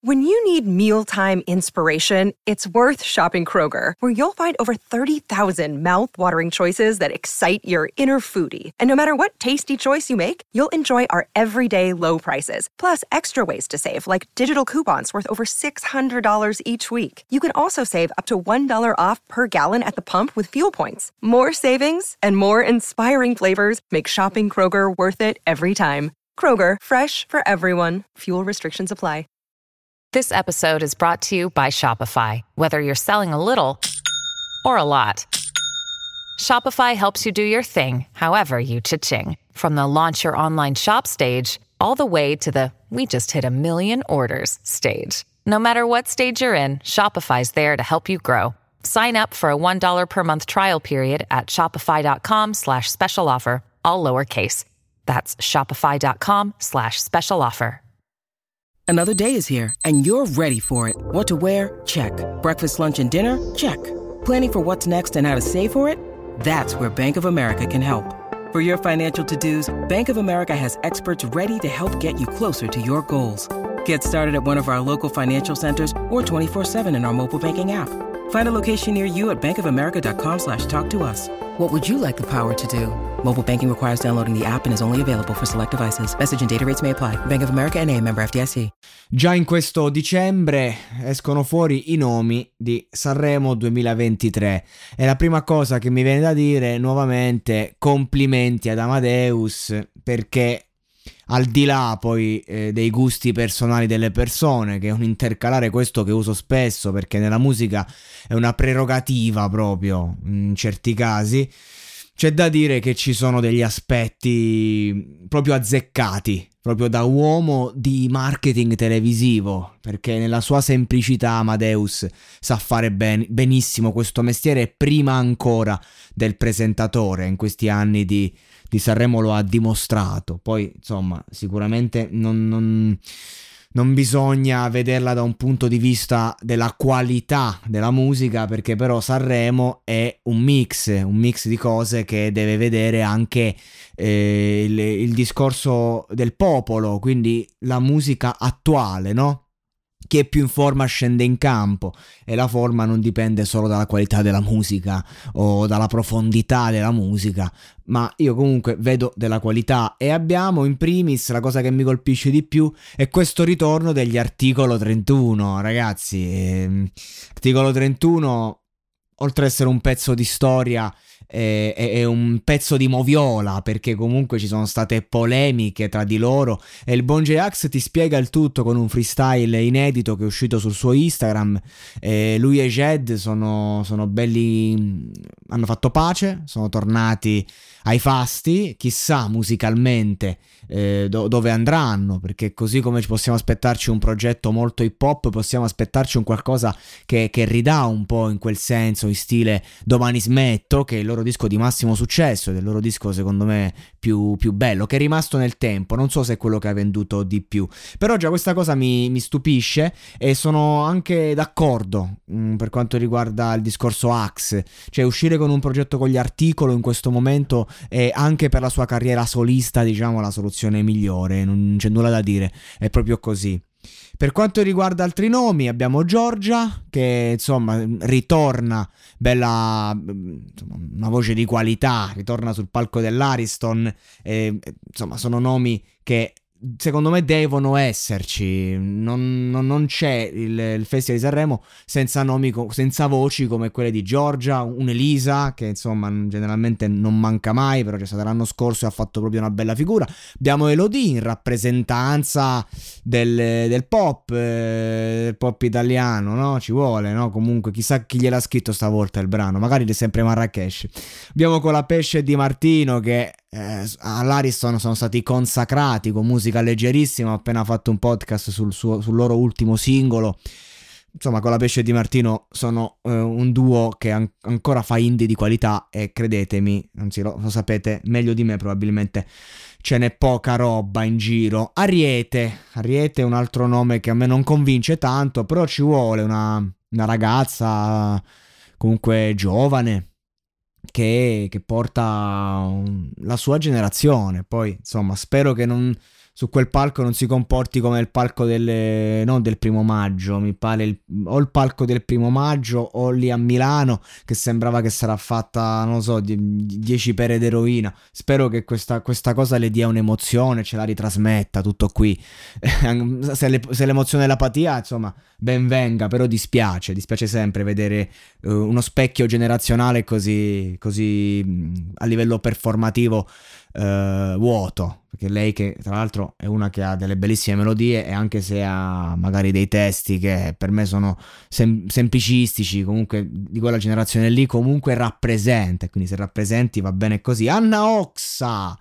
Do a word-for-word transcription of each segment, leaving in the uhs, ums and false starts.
When you need mealtime inspiration, it's worth shopping Kroger, where you'll find over thirty thousand mouth-watering choices that excite your inner foodie. And no matter what tasty choice you make, you'll enjoy our everyday low prices, plus extra ways to save, like digital coupons worth over six hundred dollars each week. You can also save up to one dollar off per gallon at the pump with fuel points. More savings and more inspiring flavors make shopping Kroger worth it every time. Kroger, fresh for everyone. Fuel restrictions apply. This episode is brought to you by Shopify. Whether you're selling a little or a lot, Shopify helps you do your thing, however you cha-ching. From the launch your online shop stage, all the way to the we just hit a million orders stage. No matter what stage you're in, Shopify's there to help you grow. Sign up for a one dollar per month trial period at shopify.com slash special offer, all lowercase. That's shopify.com slash special offer. Another day is here, and you're ready for it. What to wear? Check. Breakfast, lunch, and dinner? Check. Planning for what's next and how to save for it? That's where Bank of America can help. For your financial to-dos, Bank of America has experts ready to help get you closer to your goals. Get started at one of our local financial centers or twenty-four seven in our mobile banking app. Find a location near you at bankofamerica.com slash talk to us. What would you like the power to do? Mobile banking requires downloading the app and is only available for select devices. Message and data rates may apply. Bank of America N A, member F D I C. Già in questo dicembre escono fuori i nomi di Sanremo duemilaventitré e la prima cosa che mi viene da dire nuovamente complimenti ad Amadeus, perché al di là poi eh, dei gusti personali delle persone, che è un intercalare questo che uso spesso perché nella musica è una prerogativa proprio in certi casi, c'è da dire che ci sono degli aspetti proprio azzeccati, proprio da uomo di marketing televisivo, perché nella sua semplicità Amadeus sa fare ben, benissimo questo mestiere prima ancora del presentatore. In questi anni di di Sanremo lo ha dimostrato. Poi insomma sicuramente non, non, non bisogna vederla da un punto di vista della qualità della musica, perché però Sanremo è un mix, un mix di cose che deve vedere anche eh, il, il discorso del popolo, quindi la musica attuale, no? Chi è più in forma scende in campo, e la forma non dipende solo dalla qualità della musica o dalla profondità della musica, ma io comunque vedo della qualità. E abbiamo in primis, la cosa che mi colpisce di più è questo ritorno degli Articolo trentuno, ragazzi. ehm, Articolo trentuno, oltre ad essere un pezzo di storia, è, è, è un pezzo di moviola, perché comunque ci sono state polemiche tra di loro e il buon J-Ax ti spiega il tutto con un freestyle inedito che è uscito sul suo Instagram. E lui e Jed sono, sono belli, hanno fatto pace, sono tornati ai fasti, chissà musicalmente eh, do- dove andranno, perché così come ci possiamo aspettarci un progetto molto hip hop, possiamo aspettarci un qualcosa che, che ridà un po' in quel senso, in stile Domani smetto, che è il loro disco di massimo successo ed è il loro disco secondo me più, più bello, che è rimasto nel tempo. Non so se è quello che ha venduto di più, però già questa cosa mi, mi stupisce, e sono anche d'accordo mh, per quanto riguarda il discorso Axe, cioè uscire con un progetto con gli Articolo in questo momento è anche per la sua carriera solista, diciamo, la soluzione migliore, non c'è nulla da dire, è proprio così. Per quanto riguarda altri nomi abbiamo Giorgia, che insomma ritorna, bella, insomma, una voce di qualità, ritorna sul palco dell'Ariston, e, insomma sono nomi che secondo me devono esserci. Non, non, non c'è il, il Festival di Sanremo senza nomi, senza voci come quelle di Giorgia, un'Elisa che insomma generalmente non manca mai, però c'è stata l'anno scorso e ha fatto proprio una bella figura. Abbiamo Elodie in rappresentanza del, del pop, eh, del pop italiano, no? Ci vuole, no? Comunque chissà chi gliel'ha scritto stavolta il brano, magari è sempre Marrakesh. Abbiamo Colapesce e Di Martino che Eh, all'Ariston sono stati consacrati con musica leggerissima. Ho appena fatto un podcast sul, suo, sul loro ultimo singolo. Insomma, Colapesce e Di Martino sono eh, un duo che an- ancora fa indie di qualità, e credetemi, anzi lo, lo sapete meglio di me probabilmente, ce n'è poca roba in giro. Ariete Ariete è un altro nome che a me non convince tanto, però ci vuole una, una ragazza comunque giovane che, che porta la sua generazione. Poi insomma spero che non, su quel palco non si comporti come il palco del, non del primo maggio, mi pare il, o il palco del primo maggio o lì a Milano, che sembrava che sarà fatta, non lo so, dieci pere d'eroina. Spero che questa, questa cosa le dia un'emozione, ce la ritrasmetta, tutto qui. se, le, se l'emozione è l'apatia, insomma, ben venga, però dispiace, dispiace sempre vedere uh, uno specchio generazionale così, così a livello performativo uh, vuoto, perché lei, che tra l'altro è una che ha delle bellissime melodie, e anche se ha magari dei testi che per me sono sem- semplicistici, comunque di quella generazione lì, comunque rappresenta, quindi se rappresenti va bene così. Anna Oxa,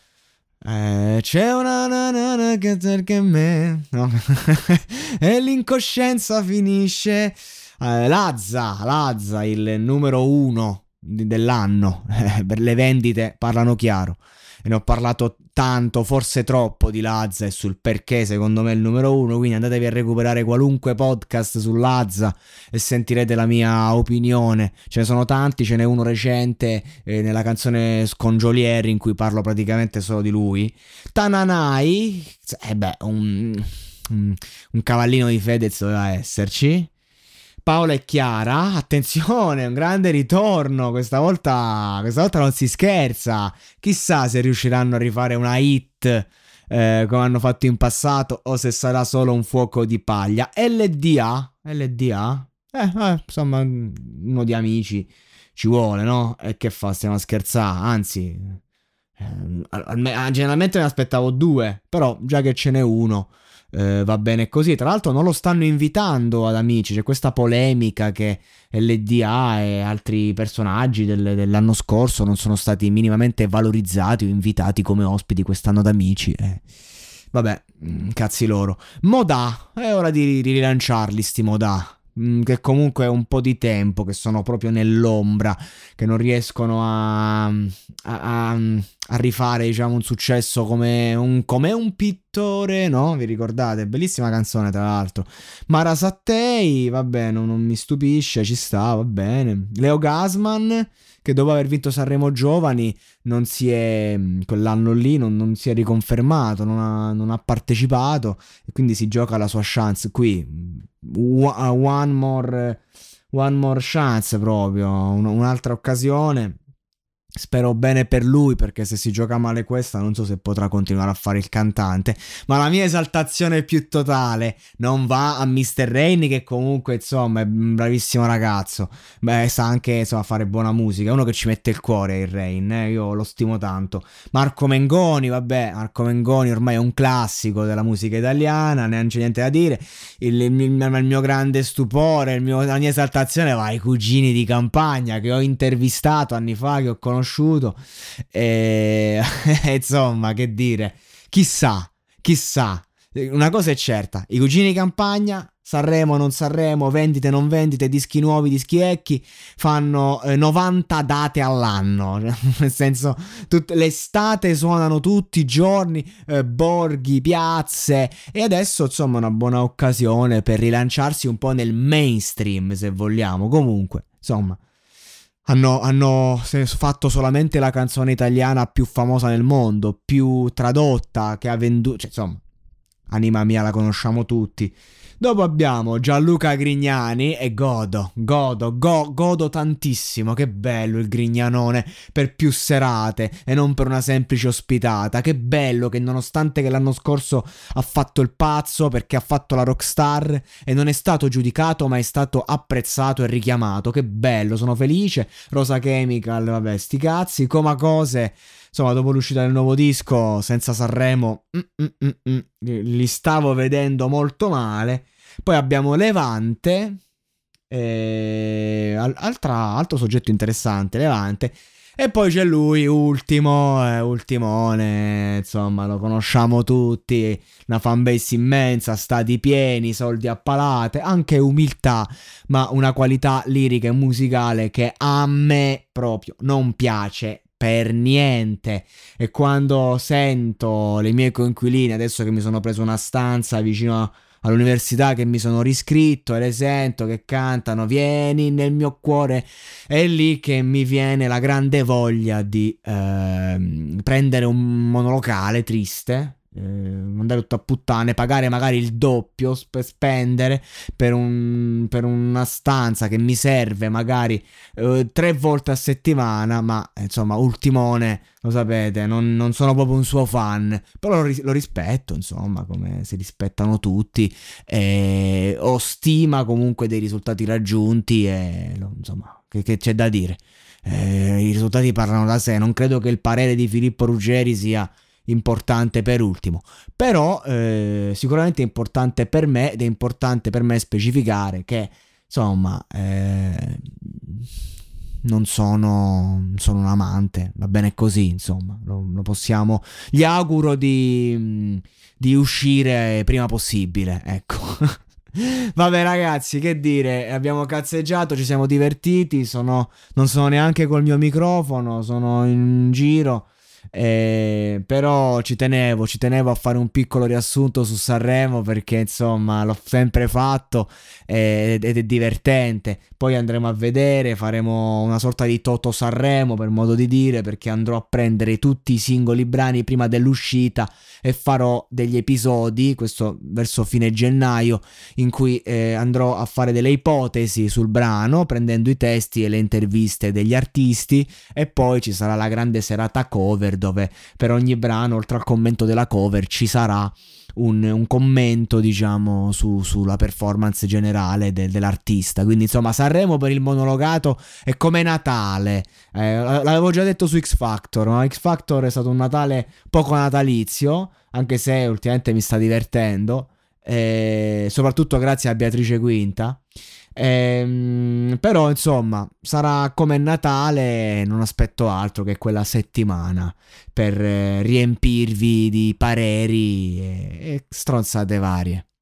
Eh, c'è una nanana che cerca me, no? E l'incoscienza finisce. eh, Lazza, Lazza, il numero uno dell'anno, eh, per le vendite parlano chiaro, e ne ho parlato tanto, forse troppo, di Lazza e sul perché secondo me è il numero uno, quindi andatevi a recuperare qualunque podcast su Lazza e sentirete la mia opinione. Ce ne sono tanti, ce n'è uno recente eh, nella canzone Scongiolieri in cui parlo praticamente solo di lui. Tananai, eh beh, un, un, un cavallino di Fedez doveva esserci. Paola e Chiara, attenzione, un grande ritorno, questa volta, questa volta non si scherza, chissà se riusciranno a rifare una hit eh, come hanno fatto in passato, o se sarà solo un fuoco di paglia. L D A, L D A, eh, eh, insomma, uno di Amici ci vuole, no? E che fa, stiamo a scherzare, anzi, eh, generalmente ne aspettavo due, però già che ce n'è uno, Uh, va bene così. Tra l'altro non lo stanno invitando ad Amici, c'è questa polemica che L D A e altri personaggi del, dell'anno scorso non sono stati minimamente valorizzati o invitati come ospiti quest'anno ad Amici. eh. Vabbè, cazzi loro. Modà, è ora di, di rilanciarli sti Modà, che comunque è un po' di tempo che sono proprio nell'ombra, che non riescono a, a, a, a rifare, diciamo, un successo come un, come un pittore, no? Vi ricordate? Bellissima canzone, tra l'altro. Mara Sattei, vabbè, non, non mi stupisce, ci sta, va bene. Leo Gasman, che dopo aver vinto Sanremo Giovani non si è, quell'anno lì non, non si è riconfermato, non ha, non ha partecipato, e quindi si gioca la sua chance qui. One more, one more chance, proprio un'altra occasione. Spero bene per lui, perché se si gioca male questa non so se potrà continuare a fare il cantante. Ma la mia esaltazione più totale non va a mister Rain, che comunque insomma è un bravissimo ragazzo, beh, sa anche insomma fare buona musica, è uno che ci mette il cuore, il Rain, eh? Io lo stimo tanto. Marco Mengoni, vabbè, Marco Mengoni ormai è un classico della musica italiana, non c'è niente da dire. Il, il, il, il mio grande stupore, il mio, la mia esaltazione va ai Cugini di Campagna, che ho intervistato anni fa, che ho conosciuto, e insomma, che dire, chissà, chissà, una cosa è certa, i Cugini di Campagna, Sanremo non Sanremo, vendite non vendite, dischi nuovi, dischi vecchi, fanno eh, novanta date all'anno, nel senso, tut- l'estate suonano tutti i giorni, eh, borghi, piazze, e adesso insomma è una buona occasione per rilanciarsi un po' nel mainstream, se vogliamo. Comunque, insomma, Hanno, hanno fatto solamente la canzone italiana più famosa nel mondo, più tradotta, che ha venduto, cioè, insomma, Anima Mia la conosciamo tutti. Dopo abbiamo Gianluca Grignani e godo, godo, go, godo tantissimo, che bello il Grignanone per più serate e non per una semplice ospitata. Che bello che nonostante che l'anno scorso ha fatto il pazzo perché ha fatto la rockstar e non è stato giudicato ma è stato apprezzato e richiamato. Che bello, sono felice. Rosa Chemical, vabbè, sti cazzi. Coma Cose, insomma, dopo l'uscita del nuovo disco senza Sanremo, mm, mm, mm, mm, li stavo vedendo molto male. Poi abbiamo Levante, e altra, altro soggetto interessante, Levante. E poi c'è lui, ultimo, eh, ultimone, insomma, lo conosciamo tutti, una fanbase immensa, stati pieni, soldi a palate, anche umiltà, ma una qualità lirica e musicale che a me proprio non piace per niente. E quando sento le mie coinquiline, adesso che mi sono preso una stanza vicino all'università, che mi sono riscritto, e le sento che cantano "Vieni nel mio cuore", è lì che mi viene la grande voglia di eh, prendere un monolocale triste, eh, mandare tutto a puttane, pagare magari il doppio per spendere per, un, per una stanza che mi serve magari eh, tre volte a settimana, ma insomma Ultimone, lo sapete, non, non sono proprio un suo fan, però lo, lo rispetto, insomma, come si rispettano tutti, eh, ho stima comunque dei risultati raggiunti e insomma, che, che c'è da dire. Eh, i risultati parlano da sé, non credo che il parere di Filippo Ruggeri sia importante per ultimo, però eh, sicuramente è importante per me, ed è importante per me specificare che insomma eh, non sono, sono un amante, va bene così, insomma, lo, lo possiamo, gli auguro di, di uscire prima possibile, ecco. Vabbè ragazzi, che dire, abbiamo cazzeggiato, ci siamo divertiti, sono, non sono neanche col mio microfono, sono in giro, eh, però ci tenevo, ci tenevo a fare un piccolo riassunto su Sanremo perché insomma l'ho sempre fatto eh, ed è divertente. Poi andremo a vedere, faremo una sorta di Toto Sanremo per modo di dire, perché andrò a prendere tutti i singoli brani prima dell'uscita e farò degli episodi, questo verso fine gennaio, in cui eh, andrò a fare delle ipotesi sul brano prendendo i testi e le interviste degli artisti, e poi ci sarà la grande serata cover dove per ogni brano, oltre al commento della cover, ci sarà un, un commento, diciamo, su, sulla performance generale de, dell'artista. Quindi insomma Sanremo per il monologato è come Natale, eh, l'avevo già detto su X Factor, ma X Factor è stato un Natale poco natalizio, anche se ultimamente mi sta divertendo, eh, soprattutto grazie a Beatrice Quinta. Ehm, però insomma sarà come Natale, non aspetto altro che quella settimana per eh, riempirvi di pareri e, e stronzate varie.